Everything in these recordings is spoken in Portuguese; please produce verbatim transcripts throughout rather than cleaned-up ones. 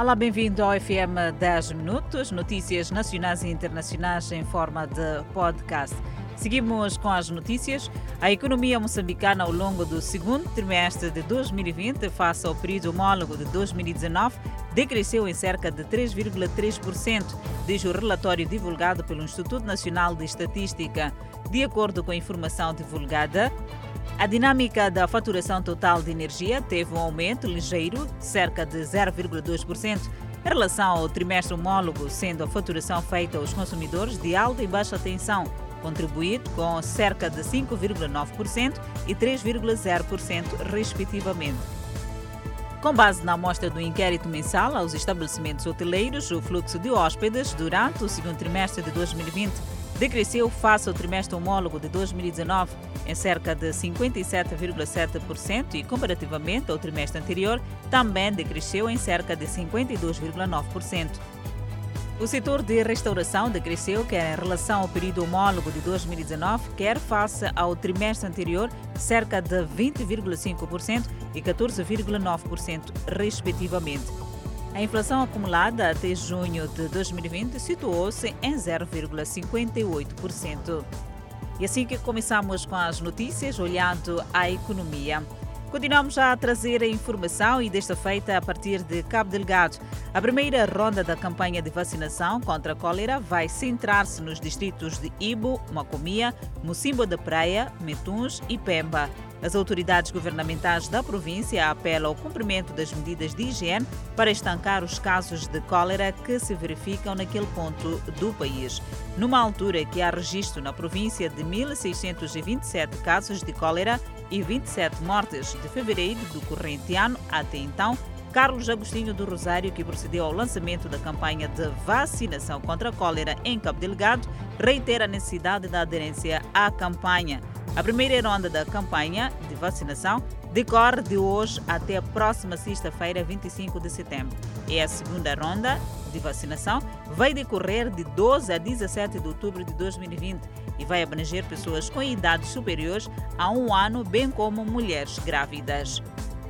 Olá, bem-vindo ao F M dez Minutos, notícias nacionais e internacionais em forma de podcast. Seguimos com as notícias. A economia moçambicana ao longo do segundo trimestre de dois mil e vinte, face ao período homólogo de dois mil e dezanove, decresceu em cerca de três vírgula três por cento, diz o relatório divulgado pelo Instituto Nacional de Estatística. De acordo com a informação divulgada, a dinâmica da faturação total de energia teve um aumento ligeiro, cerca de zero vírgula dois por cento, em relação ao trimestre homólogo, sendo a faturação feita aos consumidores de alta e baixa tensão contribuído com cerca de cinco vírgula nove por cento e três vírgula zero por cento, respectivamente. Com base na amostra do inquérito mensal aos estabelecimentos hoteleiros, o fluxo de hóspedes durante o segundo trimestre de dois mil e vinte decresceu face ao trimestre homólogo de dois mil e dezanove em cerca de cinquenta e sete vírgula sete por cento e, comparativamente ao trimestre anterior, também decresceu em cerca de cinquenta e dois vírgula nove por cento. O setor de restauração decresceu quer em relação ao período homólogo de dois mil e dezanove, quer face ao trimestre anterior, cerca de vinte vírgula cinco por cento e catorze vírgula nove por cento, respectivamente. A inflação acumulada até junho de dois mil e vinte situou-se em zero vírgula cinquenta e oito por cento. E assim que começamos com as notícias, olhando a economia. Continuamos a trazer a informação e desta feita a partir de Cabo Delgado. A primeira ronda da campanha de vacinação contra a cólera vai centrar-se nos distritos de Ibo, Macomia, Mocimboa da Praia, Metuns e Pemba. As autoridades governamentais da província apelam ao cumprimento das medidas de higiene para estancar os casos de cólera que se verificam naquele ponto do país. Numa altura que há registro na província de mil seiscentos e vinte e sete casos de cólera e vinte e sete mortes de fevereiro do corrente ano até então, Carlos Agostinho do Rosário, que procedeu ao lançamento da campanha de vacinação contra a cólera em Cabo Delgado, reitera a necessidade da aderência à campanha. A primeira ronda da campanha de vacinação decorre de hoje até a próxima sexta-feira, vinte e cinco de setembro. E a segunda ronda de vacinação vai decorrer de doze a dezassete de outubro de dois mil e vinte e vai abranger pessoas com idades superiores a um ano, bem como mulheres grávidas.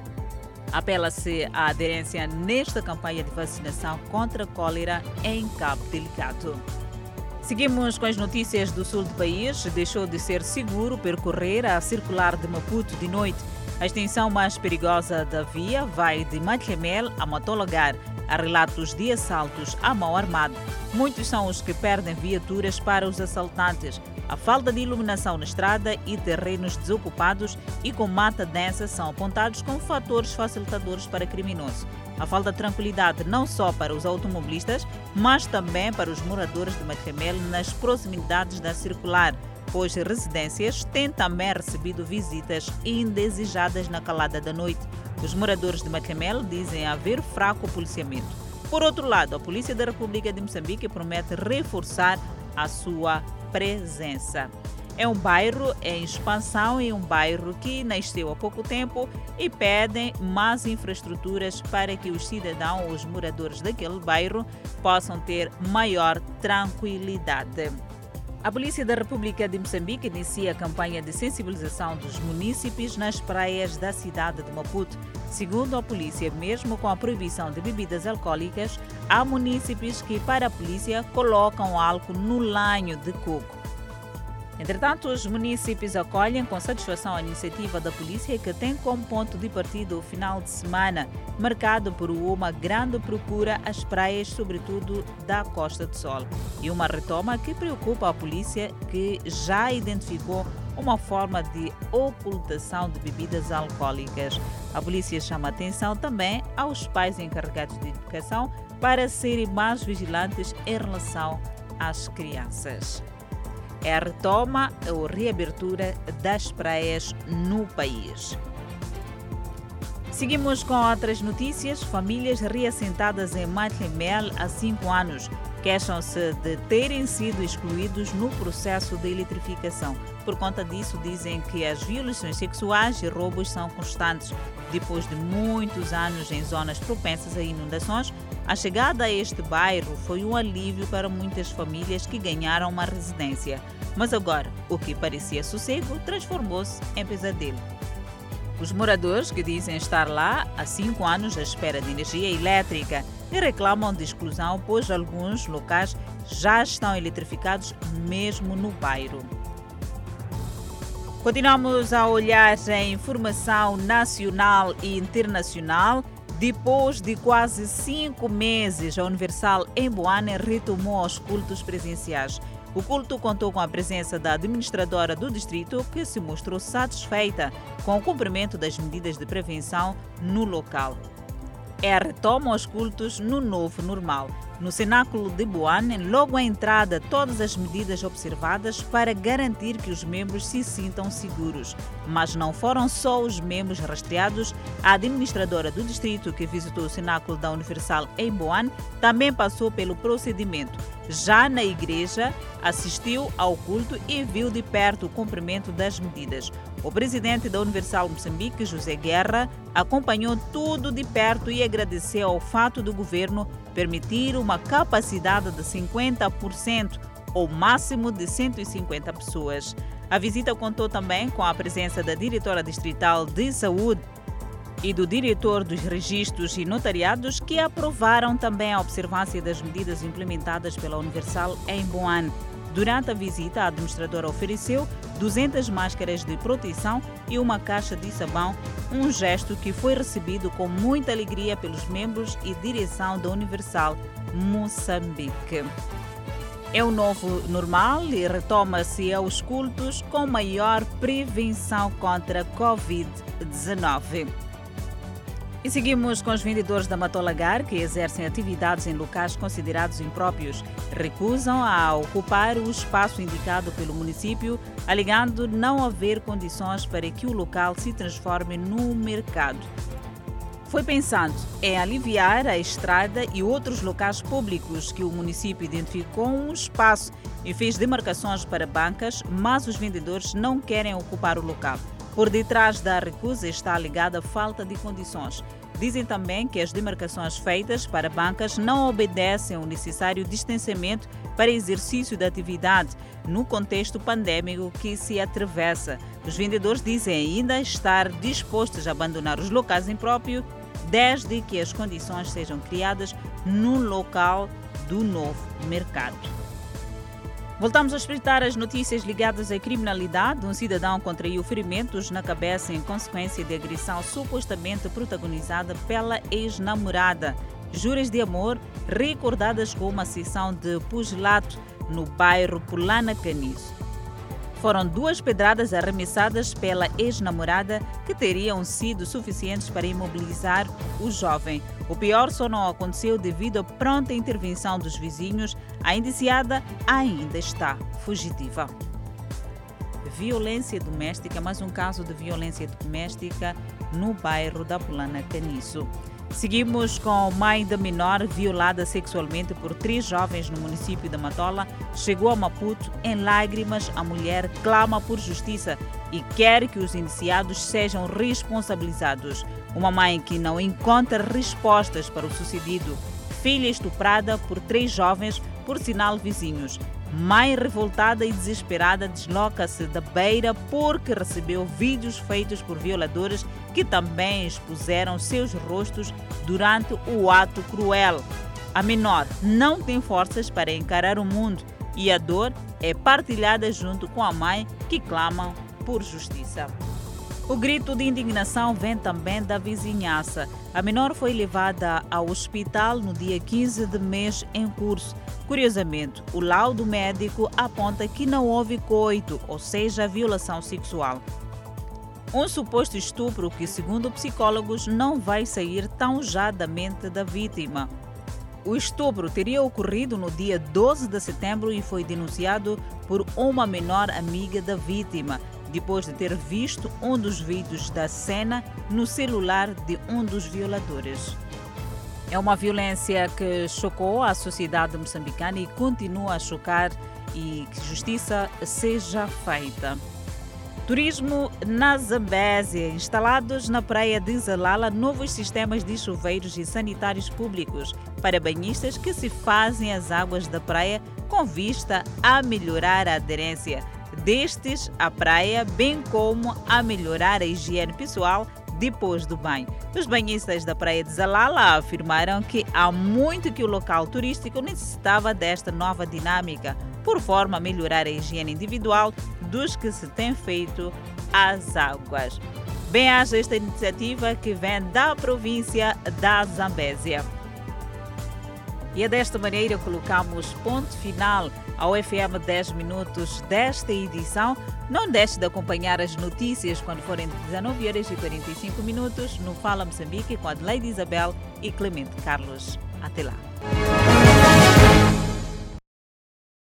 Apela-se à aderência nesta campanha de vacinação contra a cólera em Cabo Delgado. Seguimos com as notícias do sul do país. Deixou de ser seguro percorrer a circular de Maputo de noite. A extensão mais perigosa da via vai de Matlemel a Matolagar. Há relatos de assaltos à mão armada. Muitos são os que perdem viaturas para os assaltantes. A falta de iluminação na estrada e terrenos desocupados e com mata densa são apontados como fatores facilitadores para criminosos. A falta de tranquilidade não só para os automobilistas, mas também para os moradores de Matlemel nas proximidades da circular, pois residências têm também recebido visitas indesejadas na calada da noite. Os moradores de Matlemel dizem haver fraco policiamento. Por outro lado, a Polícia da República de Moçambique promete reforçar a sua presença. É um bairro em expansão e um bairro que nasceu há pouco tempo e pedem mais infraestruturas para que os cidadãos, os moradores daquele bairro, possam ter maior tranquilidade. A Polícia da República de Moçambique inicia a campanha de sensibilização dos munícipes nas praias da cidade de Maputo. Segundo a polícia, mesmo com a proibição de bebidas alcoólicas, há munícipes que, para a polícia, colocam álcool no lanho de coco. Entretanto, os munícipes acolhem com satisfação a iniciativa da polícia, que tem como ponto de partida o final de semana, marcado por uma grande procura às praias, sobretudo da Costa do Sol, e uma retoma que preocupa a polícia, que já identificou uma forma de ocultação de bebidas alcoólicas. A polícia chama atenção também aos pais encarregados de educação para serem mais vigilantes em relação às crianças. É a retoma ou reabertura das praias no país. Seguimos com outras notícias. Famílias reassentadas em Matlemel há cinco anos queixam-se de terem sido excluídos no processo de eletrificação. Por conta disso, dizem que as violações sexuais e roubos são constantes. Depois de muitos anos em zonas propensas a inundações, a chegada a este bairro foi um alívio para muitas famílias que ganharam uma residência. Mas agora, o que parecia sossego transformou-se em pesadelo. Os moradores, que dizem estar lá há cinco anos à espera de energia elétrica, e reclamam de exclusão, pois alguns locais já estão eletrificados mesmo no bairro. Continuamos a olhar a informação nacional e internacional. Depois de quase cinco meses, a Universal em Boane retomou os cultos presenciais. O culto contou com a presença da administradora do distrito, que se mostrou satisfeita com o cumprimento das medidas de prevenção no local. É a retoma aos cultos no novo normal. No cenáculo de Boane, logo à entrada, todas as medidas observadas para garantir que os membros se sintam seguros. Mas não foram só os membros rastreados. A administradora do distrito, que visitou o cenáculo da Universal em Boane, também passou pelo procedimento. Já na igreja, assistiu ao culto e viu de perto o cumprimento das medidas. O presidente da Universal Moçambique, José Guerra, acompanhou tudo de perto e agradeceu ao fato do governo permitir uma capacidade de cinquenta por cento, ou máximo de cento e cinquenta pessoas. A visita contou também com a presença da diretora distrital de saúde e do diretor dos registros e notariados, que aprovaram também a observância das medidas implementadas pela Universal em Boane. Durante a visita, a administradora ofereceu duzentas máscaras de proteção e uma caixa de sabão, um gesto que foi recebido com muita alegria pelos membros e direção da Universal Moçambique. É o novo normal e retoma-se aos cultos com maior prevenção contra a covid dezenove. E seguimos com os vendedores da Matolagar, que exercem atividades em locais considerados impróprios. Recusam a ocupar o espaço indicado pelo município, alegando não haver condições para que o local se transforme num mercado. Foi pensado em aliviar a estrada e outros locais públicos que o município identificou um espaço e fez demarcações para bancas, mas os vendedores não querem ocupar o local. Por detrás da recusa está alegada falta de condições. Dizem também que as demarcações feitas para bancas não obedecem ao necessário distanciamento para exercício da atividade no contexto pandêmico que se atravessa. Os vendedores dizem ainda estar dispostos a abandonar os locais impróprios desde que as condições sejam criadas no local do novo mercado. Voltamos a espreitar as notícias ligadas à criminalidade. Um cidadão contraiu ferimentos na cabeça em consequência de agressão supostamente protagonizada pela ex-namorada. Juras de amor recordadas com uma sessão de pugilato no bairro Pulana Caniço. Foram duas pedradas arremessadas pela ex-namorada que teriam sido suficientes para imobilizar o jovem. O pior só não aconteceu devido à pronta intervenção dos vizinhos. A indiciada ainda está fugitiva. Violência doméstica, mais um caso de violência doméstica no bairro da Pulana Caniço. Seguimos com mãe da menor violada sexualmente por três jovens no município de Matola. Chegou a Maputo em lágrimas. A mulher clama por justiça e quer que os indiciados sejam responsabilizados. Uma mãe que não encontra respostas para o sucedido. Filha estuprada por três jovens, por sinal vizinhos. Mãe revoltada e desesperada desloca-se da beira porque recebeu vídeos feitos por violadores que também expuseram seus rostos durante o ato cruel. A menor não tem forças para encarar o mundo e a dor é partilhada junto com a mãe, que clamam por justiça. O grito de indignação vem também da vizinhança. A menor foi levada ao hospital no dia quinze de mês em curso. Curiosamente, o laudo médico aponta que não houve coito, ou seja, violação sexual. Um suposto estupro que, segundo psicólogos, não vai sair tão já da mente da vítima. O estupro teria ocorrido no dia doze de setembro e foi denunciado por uma menor amiga da vítima, depois de ter visto um dos vídeos da cena no celular de um dos violadores. É uma violência que chocou a sociedade moçambicana e continua a chocar, e que justiça seja feita. Turismo na Zambésia. Instalados na praia de Zalala novos sistemas de chuveiros e sanitários públicos para banhistas que se fazem as águas da praia com vista a melhorar a aderência. destes à praia, bem como a melhorar a higiene pessoal depois do banho. Os banhistas da praia de Zalala afirmaram que há muito que o local turístico necessitava desta nova dinâmica, por forma a melhorar a higiene individual dos que se tem feito às águas. Bem-aja esta iniciativa que vem da província da Zambésia. E é desta maneira que colocamos ponto final ao F M dez minutos desta edição. Não deixe de acompanhar as notícias quando forem dezenove horas e quarenta e cinco minutos no Fala Moçambique com Adelaide Isabel e Clemente Carlos. Até lá.